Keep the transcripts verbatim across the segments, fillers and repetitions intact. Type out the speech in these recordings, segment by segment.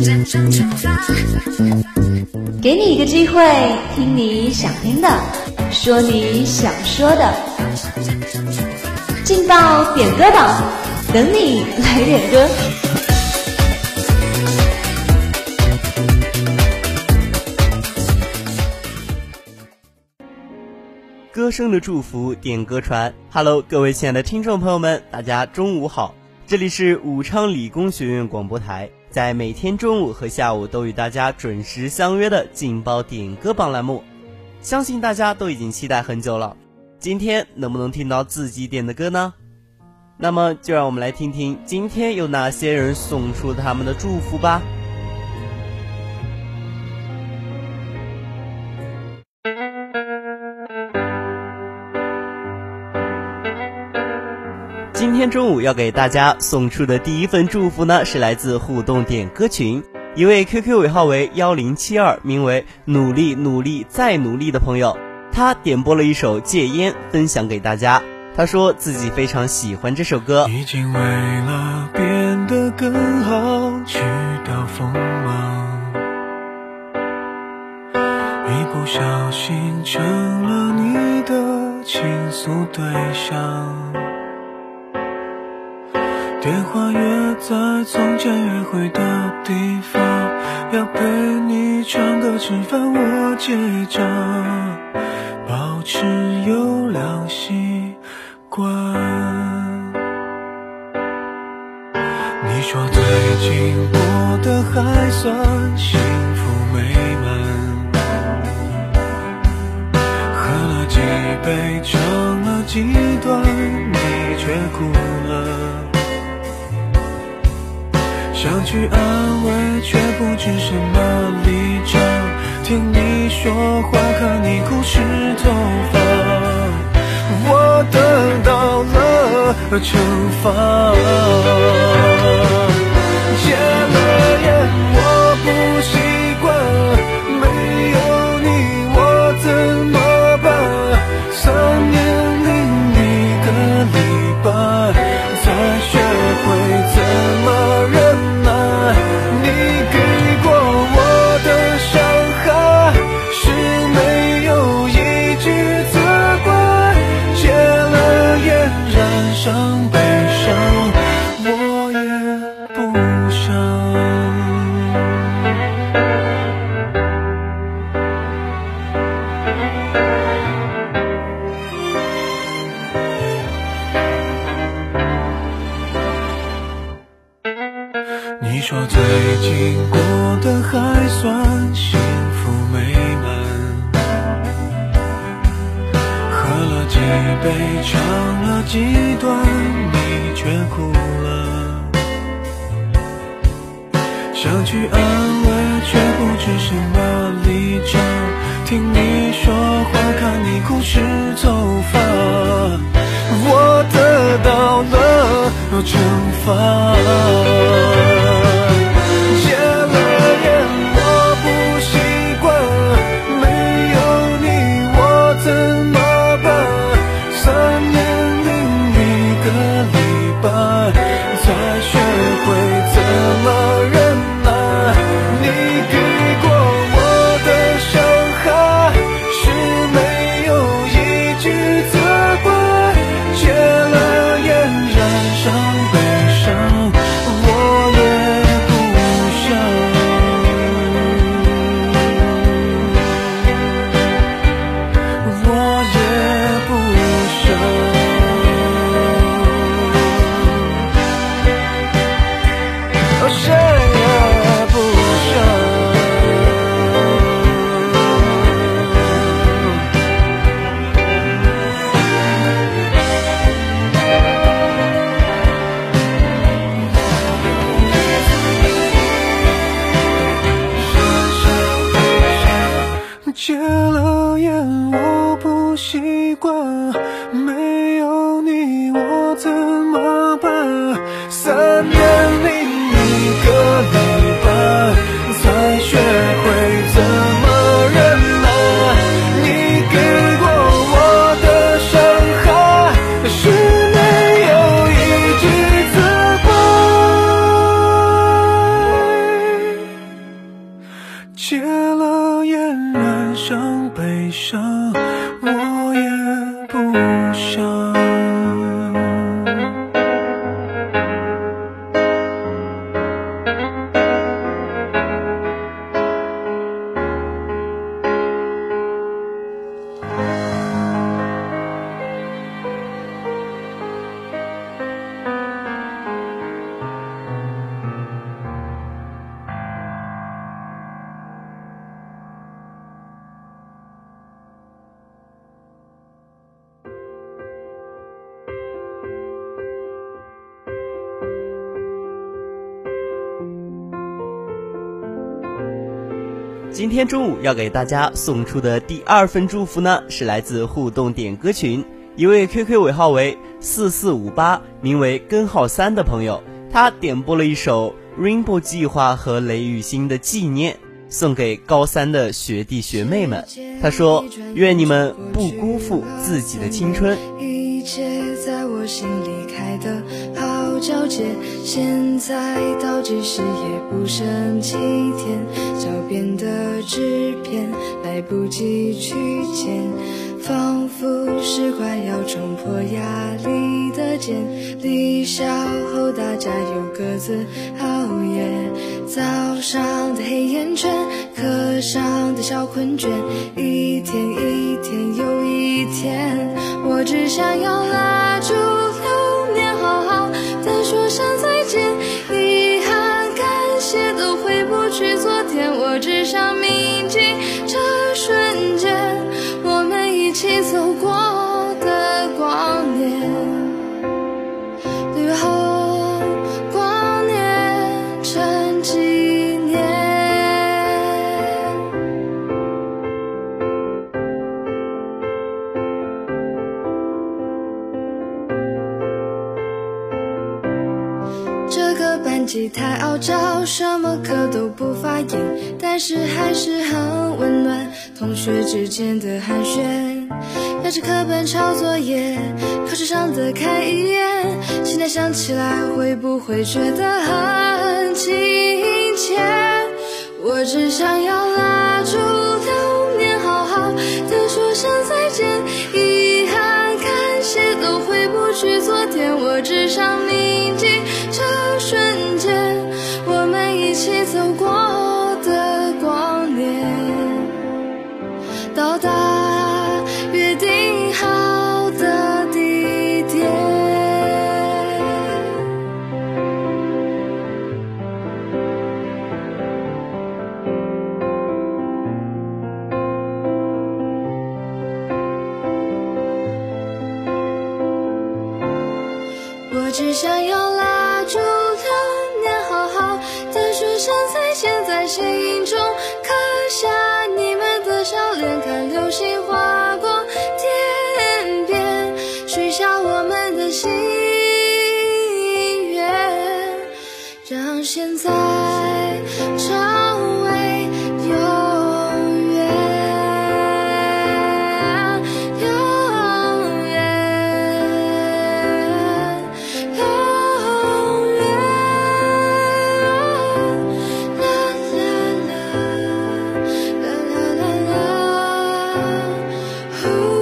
给你一个机会，听你想听的，说你想说的，劲爆点歌榜，等你来点歌。 歌声的祝福，点歌传。Hello， 各位亲爱的听众朋友们，大家中午好，这里是武昌理工学院广播台，在每天中午和下午都与大家准时相约的劲爆点歌榜栏目，相信大家都已经期待很久了。今天能不能听到自己点的歌呢？那么就让我们来听听今天有哪些人送出他们的祝福吧。今天中午要给大家送出的第一份祝福呢，是来自互动点歌群一位 Q Q 尾号为一零七二，名为努力努力再努力的朋友，他点播了一首戒烟分享给大家。他说自己非常喜欢这首歌， 已经为了变得更好去到锋芒，一不小心成了你的倾诉对象，电话约在从前约会的地方，要陪你唱歌吃饭我结账，保持优良习惯。你说最近过得还算幸福美满，喝了几杯唱了几段，你却哭了，想去安慰却不知什么立场，听你说话看你哭湿头发，我得到了惩罚，戒了烟我不习惯，没有你我怎么办，三年零一个礼拜才学会怎么忍耐，你给过我的伤害是没有一句责怪，戒了烟染上悲伤我也不想。你说最近过得还算幸福美满，喝了几杯唱了几段，你却哭了，想去安慰却不知什么立场，听你说话看你哭湿头发，我得到了惩罚，戒了烟我不习惯，没有你我怎么办，三年零一个礼拜才学会怎么忍耐，你给过我的伤害是没有一句责怪，戒了烟染上悲伤我也不想。我也不想。哦，谁也不想。戒了烟我不习惯，没有你我怎么办，三年零一个礼拜才学会怎么忍耐，你给过我的伤害是没有一句责怪， 今天中午要给大家送出的第二份祝福呢，是来自互动点歌群一位 Q Q 尾号为四四五八，名为根号三的朋友，他点播了一首 Rainbow 计划和雷雨欣的纪念，送给高三的学弟学妹们。他说，愿你们不辜负自己的青春。 一切在我心里开的好皎洁，现在倒计时也不剩七天，脚边的纸片来不及去捡，仿佛是快要冲破压力的茧。离校后大家又各自熬夜，早上的黑眼圈，课上的小困倦，一天一天又一天，我只想要拉住流年，好好的说声再见，遗憾感谢都回不去昨天，我只想铭记这瞬间，我们一起走过的光年，绿后光年成纪念。这个班级太傲娇，什么课都不发言，但是还是很温暖，同学之间的寒暄，压着课本抄作业，考试上的看一眼，现在想起来会不会觉得很亲切，我只想要拉住流年，好好的说声再见，遗憾感谢都回不去昨天，我只想铭记这瞬间，我们一起走过的光年，到达约定好的地点。我只想要拉住流年，好好的说声再见，在剪影中刻下你们的笑脸，看流星划过天边，许下我们的心愿，让现在成为永远，永远，永远。啦啦啦啦啦啦，呼。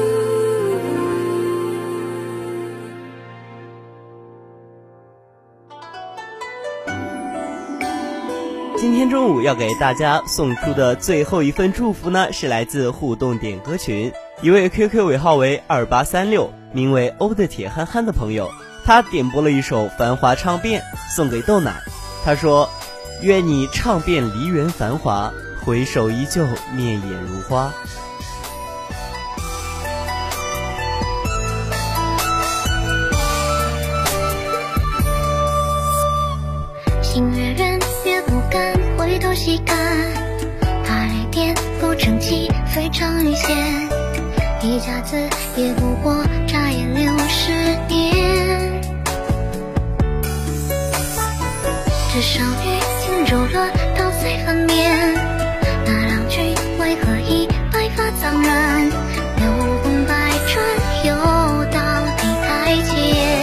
今天中午要给大家送出的最后一份祝福呢，是来自互动点歌群一位 Q Q 尾号为二八三六，名为欧的铁憨憨的朋友，他点播了一首《繁华唱遍》送给豆奶。他说，愿你唱遍梨园繁华，回首依旧面眼如花。 星月圆，越不敢回头细看，他雷电不争气，非常遇险，一甲子也不过眨眼六十年。这少女轻柔了，稻穗粉面，那郎君为何已白发苍然，流光百转，又到地台阶。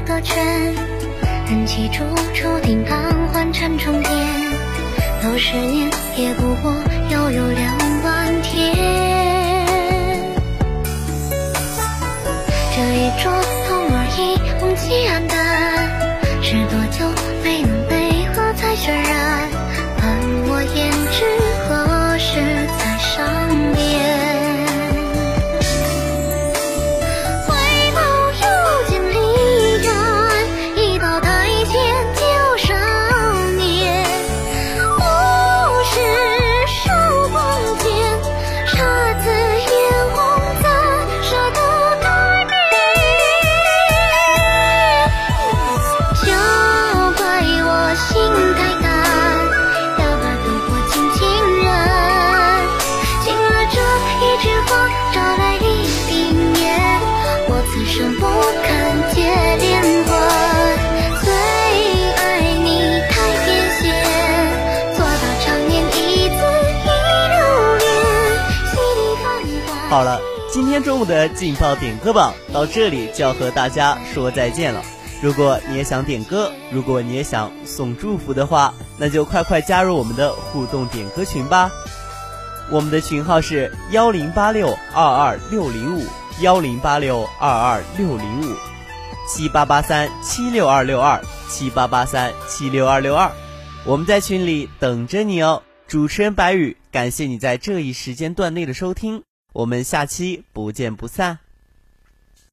个圈，人气处注定盘桓成重叠，六十年也不过悠悠两万天。这一桌童儿一梦既然淡，是多久没能被喝彩渲染？盼我胭脂何时才上演？ 好了，今天中午的劲爆点歌榜到这里就要和大家说再见了。如果你也想点歌，如果你也想送祝福的话，那就快快加入我们的互动点歌群吧。我们的群号是幺零八六二二六零五幺零八六二二六零五七八八三七六二六二七八八三七六二六二，我们在群里等着你哦。主持人白宇，感谢你在这一时间段内的收听，我们下期不见不散。